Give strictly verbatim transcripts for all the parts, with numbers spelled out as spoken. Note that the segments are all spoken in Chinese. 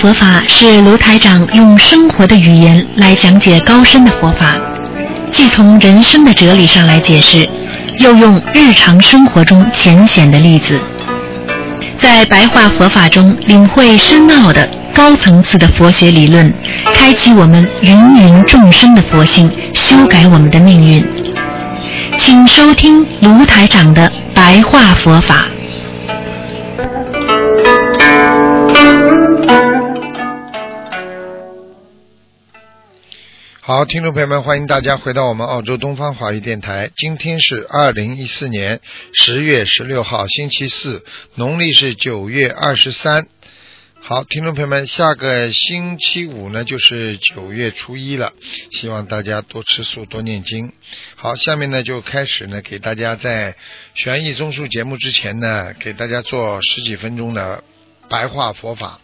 佛法是卢台长用生活的语言来讲解高深的佛法，既从人生的哲理上来解释，又用日常生活中浅显的例子，在白话佛法中领会深奥的高层次的佛学理论，开启我们芸芸众生的佛性，修改我们的命运。请收听卢台长的白话佛法。 好，听众朋友们，欢迎大家回到我们澳洲东方华语电台。今天是二零一四年十月十六号，星期四，农历是九月二十三。好，听众朋友们，下个星期五呢就是九月初一了，希望大家多吃素，多念经。好，下面呢就开始呢给大家在悬疑综述节目之前呢，给大家做十几分钟的白话佛法。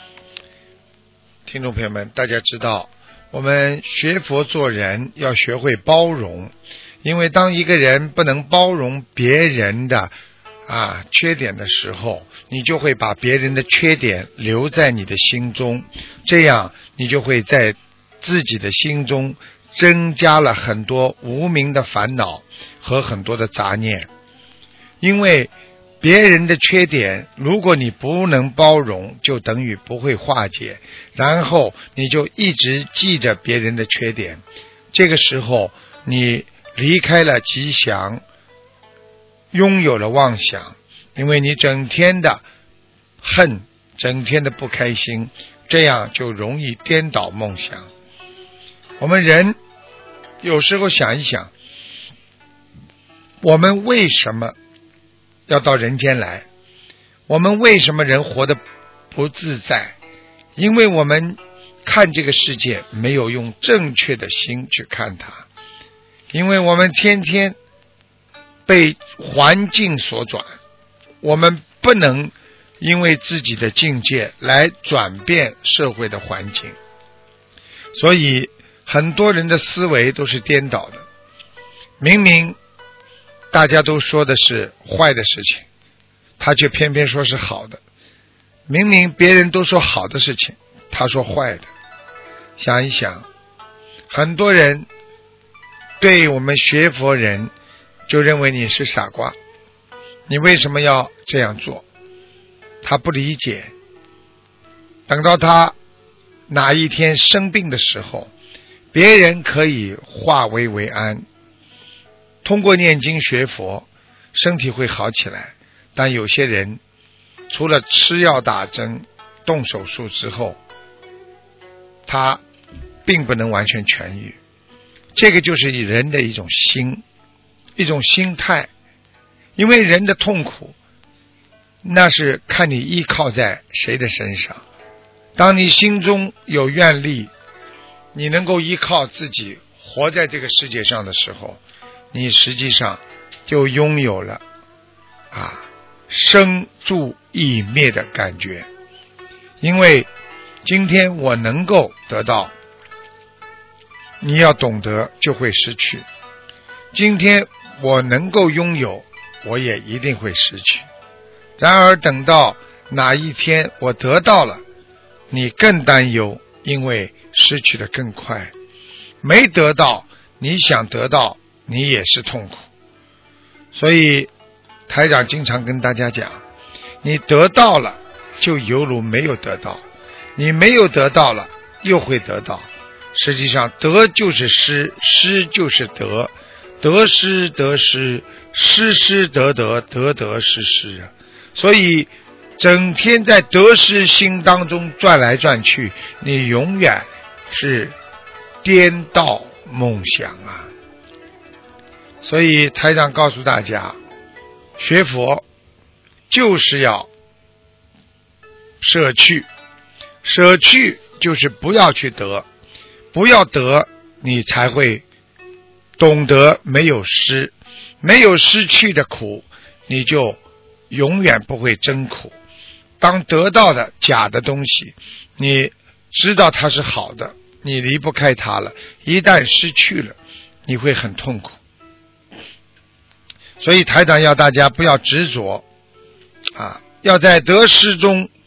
听众朋友们，大家知道我们学佛做人要学会包容，因为当一个人不能包容别人的啊缺点的时候，你就会把别人的缺点留在你的心中，这样你就会在自己的心中增加了很多无名的烦恼和很多的杂念。因为别人的缺点如果你不能包容，就等于不会化解，然后你就一直记着别人的缺点，这个时候你离开了吉祥，拥有了妄想，因为你整天的恨，整天的不开心，这样就容易颠倒梦想。我们人有时候想一想，我们为什么要到人间来？我们为什么人活得不自在？因为我们看这个世界没有用正确的心去看它，因为我们天天被环境所转，我们不能因为自己的境界来转变社会的环境，所以很多人的思维都是颠倒的。明明大家都说的是坏的事情，他却偏偏说是好的。明明别人都说好的事情，他说坏的。想一想，很多人对我们学佛人就认为你是傻瓜，你为什么要这样做？他不理解。等到他哪一天生病的时候，别人可以化危为安，通过念经学佛，身体会好起来。但有些人除了吃药打针动手术之后，他并不能完全痊愈。这个就是人的一种心，一种心态。因为人的痛苦，那是看你依靠在谁的身上。当你心中有愿力，你能够依靠自己活在这个世界上的时候，你实际上就拥有了啊生住异灭的感觉。因为今天我能够得到，你要懂得就会失去。今天我能够拥有，我也一定会失去。然而等到哪一天我得到了，你更担忧，因为失去的更快。没得到，你想得到，你也是痛苦。所以台长经常跟大家讲，你得到了就犹如没有得到，你没有得到了又会得到。实际上得就是失，失就是得，得失得失，失失得得，得得失失啊。所以整天在得失心当中转来转去，你永远是颠倒梦想啊。所以台长告诉大家，学佛就是要舍去，舍去就是不要去得，不要得，你才会懂得没有失，没有失去的苦，你就永远不会真苦。当得到的假的东西，你知道它是好的，你离不开它了，一旦失去了，你会很痛苦。所以台长要大家不要执着啊，要在得失中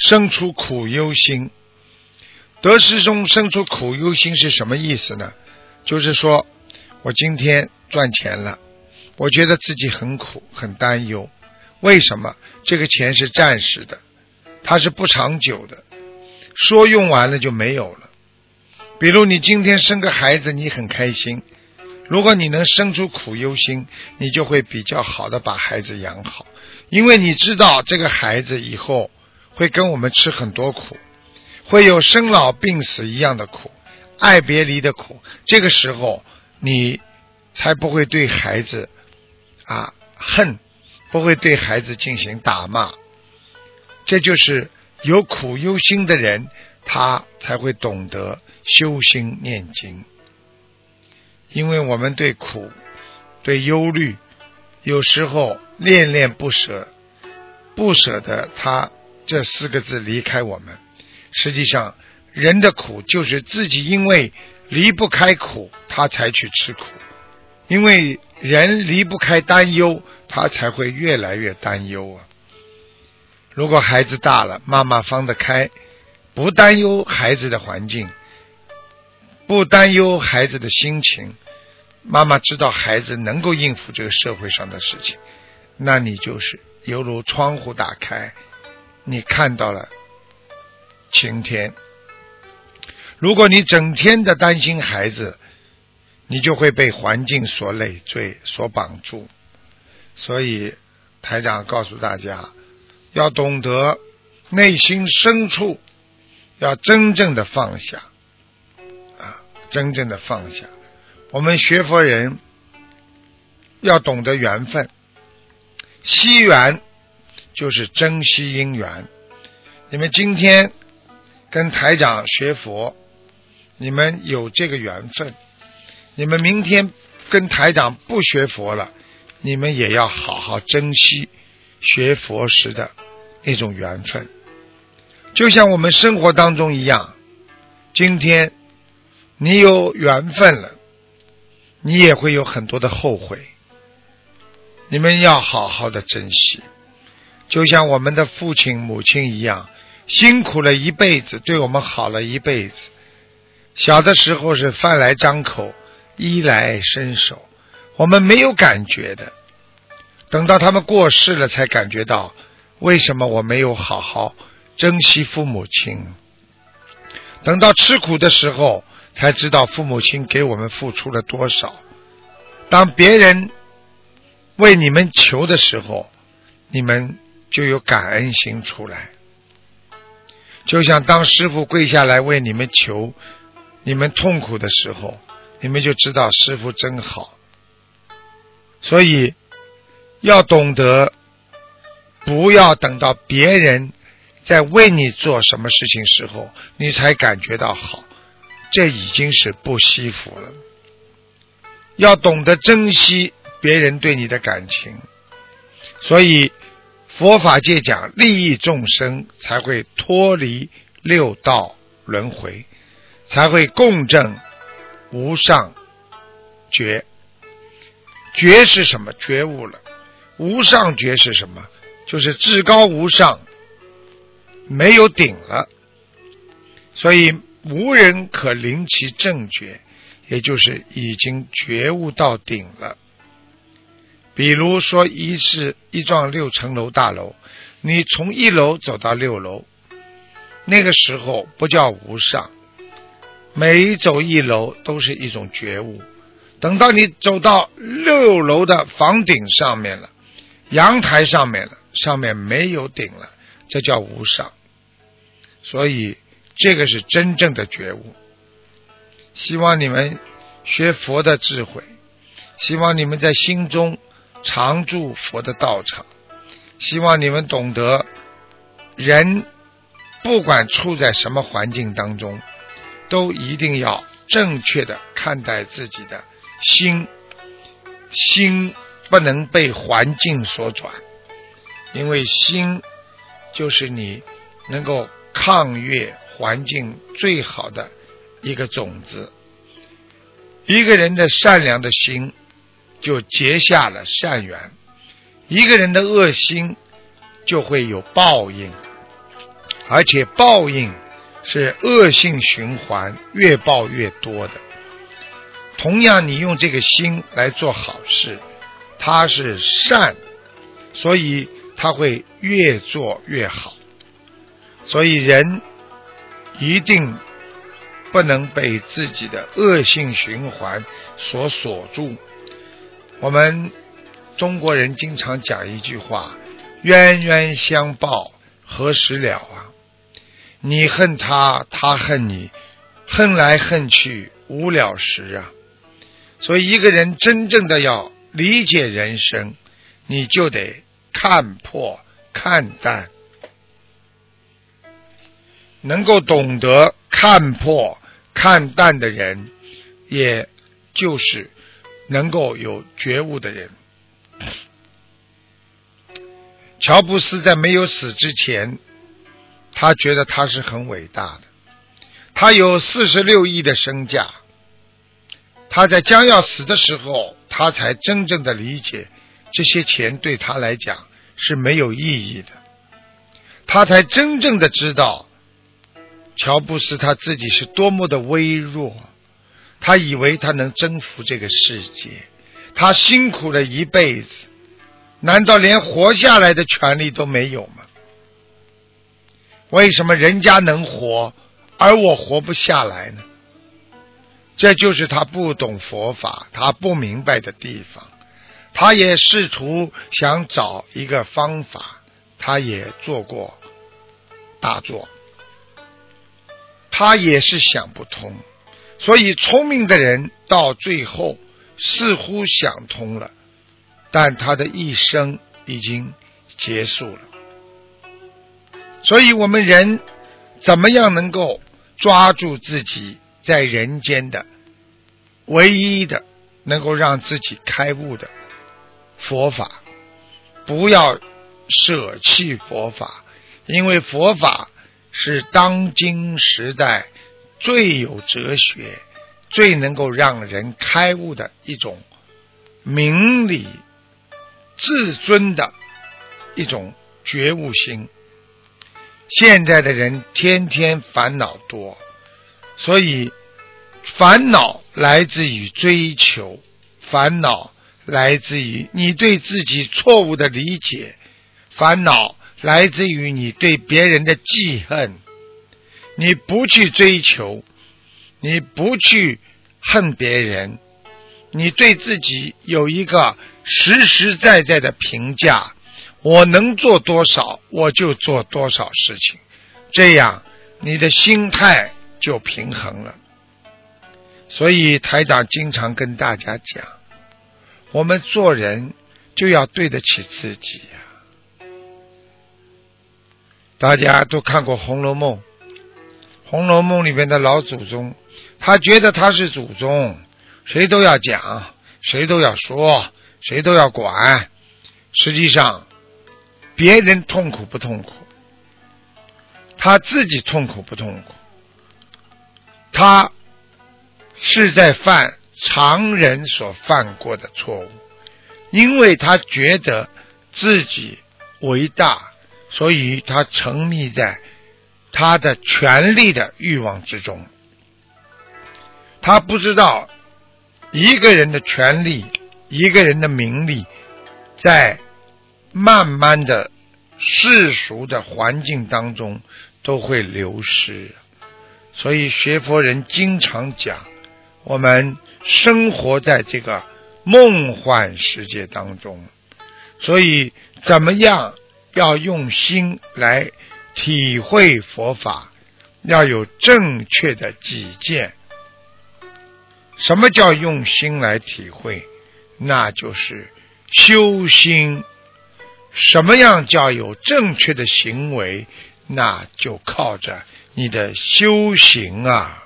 生出苦忧心。得失中生出苦忧心是什么意思呢？就是说我今天赚钱了，我觉得自己很苦很担忧。为什么？这个钱是暂时的，它是不长久的，说用完了就没有了。比如你今天生个孩子，你很开心，如果你能生出苦忧心，你就会比较好的把孩子养好，因为你知道这个孩子以后会跟我们吃很多苦，会有生老病死一样的苦，爱别离的苦，这个时候你才不会对孩子啊恨，不会对孩子进行打骂。这就是有苦忧心的人，他才会懂得修心念经。因为我们对苦对忧虑有时候恋恋不舍，不舍得他这四个字离开我们。实际上人的苦就是自己因为离不开苦，他才去吃苦。因为人离不开担忧，他才会越来越担忧啊。如果孩子大了，妈妈放得开，不担忧孩子的环境，不担忧孩子的心情，妈妈知道孩子能够应付这个社会上的事情，那你就是犹如窗户打开，你看到了晴天。如果你整天的担心孩子，你就会被环境所累赘所绑住。所以台长告诉大家，要懂得内心深处要真正的放下啊，真正的放下。我们学佛人要懂得缘分，惜缘就是珍惜因缘。你们今天跟台长学佛，你们有这个缘分，你们明天跟台长不学佛了，你们也要好好珍惜学佛时的那种缘分。就像我们生活当中一样，今天你有缘分了，你也会有很多的后悔，你们要好好的珍惜。就像我们的父亲母亲一样，辛苦了一辈子，对我们好了一辈子。小的时候是饭来张口，衣来伸手，我们没有感觉的，等到他们过世了才感觉到为什么我没有好好珍惜父母亲。等到吃苦的时候才知道父母亲给我们付出了多少。当别人为你们求的时候，你们就有感恩心出来。就像当师父跪下来为你们求，你们痛苦的时候，你们就知道师父真好。所以要懂得，不要等到别人在为你做什么事情时候你才感觉到好，这已经是不惜福了。要懂得珍惜别人对你的感情。所以佛法界讲利益众生，才会脱离六道轮回，才会共振无上觉。觉是什么？觉悟了。无上觉是什么？就是至高无上，没有顶了。所以无人可临其正觉，也就是已经觉悟到顶了。比如说一是一幢六层楼大楼，你从一楼走到六楼，那个时候不叫无上，每走一楼都是一种觉悟。等到你走到六楼的房顶上面了，阳台上面了，上面没有顶了，这叫无上。所以这个是真正的觉悟。希望你们学佛的智慧，希望你们在心中常住佛的道场，希望你们懂得人不管处在什么环境当中，都一定要正确的看待自己的心，心不能被环境所转，因为心就是你能够抗越环境最好的一个种子。一个人的善良的心就结下了善缘，一个人的恶心就会有报应而且报应是恶性循环，越报越多的。同样你用这个心来做好事，它是善，所以它会越做越好。所以人一定不能被自己的恶性循环所锁住。我们中国人经常讲一句话，冤冤相报何时了啊？你恨他，他恨你，恨来恨去无了时啊。所以一个人真正的要理解人生，你就得看破看淡。能够懂得看破看淡的人，也就是能够有觉悟的人。乔布斯在没有死之前，他觉得他是很伟大的，他有四十六亿的身价。他在将要死的时候，他才真正的理解这些钱对他来讲是没有意义的。他才真正的知道乔布斯他自己是多么的微弱，他以为他能征服这个世界，他辛苦了一辈子，难道连活下来的权利都没有吗？为什么人家能活，而我活不下来呢？这就是他不懂佛法，他不明白的地方。他也试图想找一个方法，他也做过大作，他也是想不通。所以聪明的人到最后似乎想通了，但他的一生已经结束了。所以我们人怎么样能够抓住自己在人间的唯一的能够让自己开悟的佛法，不要舍弃佛法，因为佛法是当今时代最有哲学，最能够让人开悟的一种明理自尊的一种觉悟心。现在的人天天烦恼多，所以烦恼来自于追求，烦恼来自于你对自己错误的理解，烦恼来自于你对别人的记恨。你不去追求，你不去恨别人，你对自己有一个实实在在的评价，我能做多少我就做多少事情，这样你的心态就平衡了。所以台长经常跟大家讲，我们做人就要对得起自己呀。大家都看过《红楼梦》，《红楼梦》里面的老祖宗，他觉得他是祖宗，谁都要讲，谁都要说，谁都要管。实际上别人痛苦不痛苦，他自己痛苦不痛苦，他是在犯常人所犯过的错误。因为他觉得自己伟大，所以他沉迷在他的权力的欲望之中。他不知道一个人的权力，一个人的名利，在慢慢的世俗的环境当中都会流失。所以学佛人经常讲，我们生活在这个梦幻世界当中，所以怎么样要用心来体会佛法，要有正确的己见。什么叫用心来体会？那就是修心。什么样叫有正确的行为？那就靠着你的修行啊。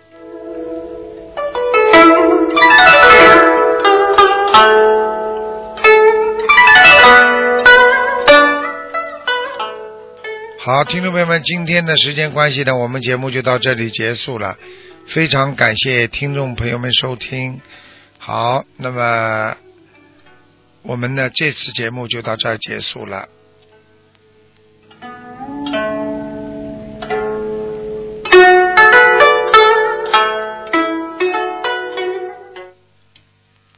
好，听众朋友们，今天的时间关系呢，我们节目就到这里结束了。非常感谢听众朋友们收听。好，那么我们呢这次节目就到这儿结束了。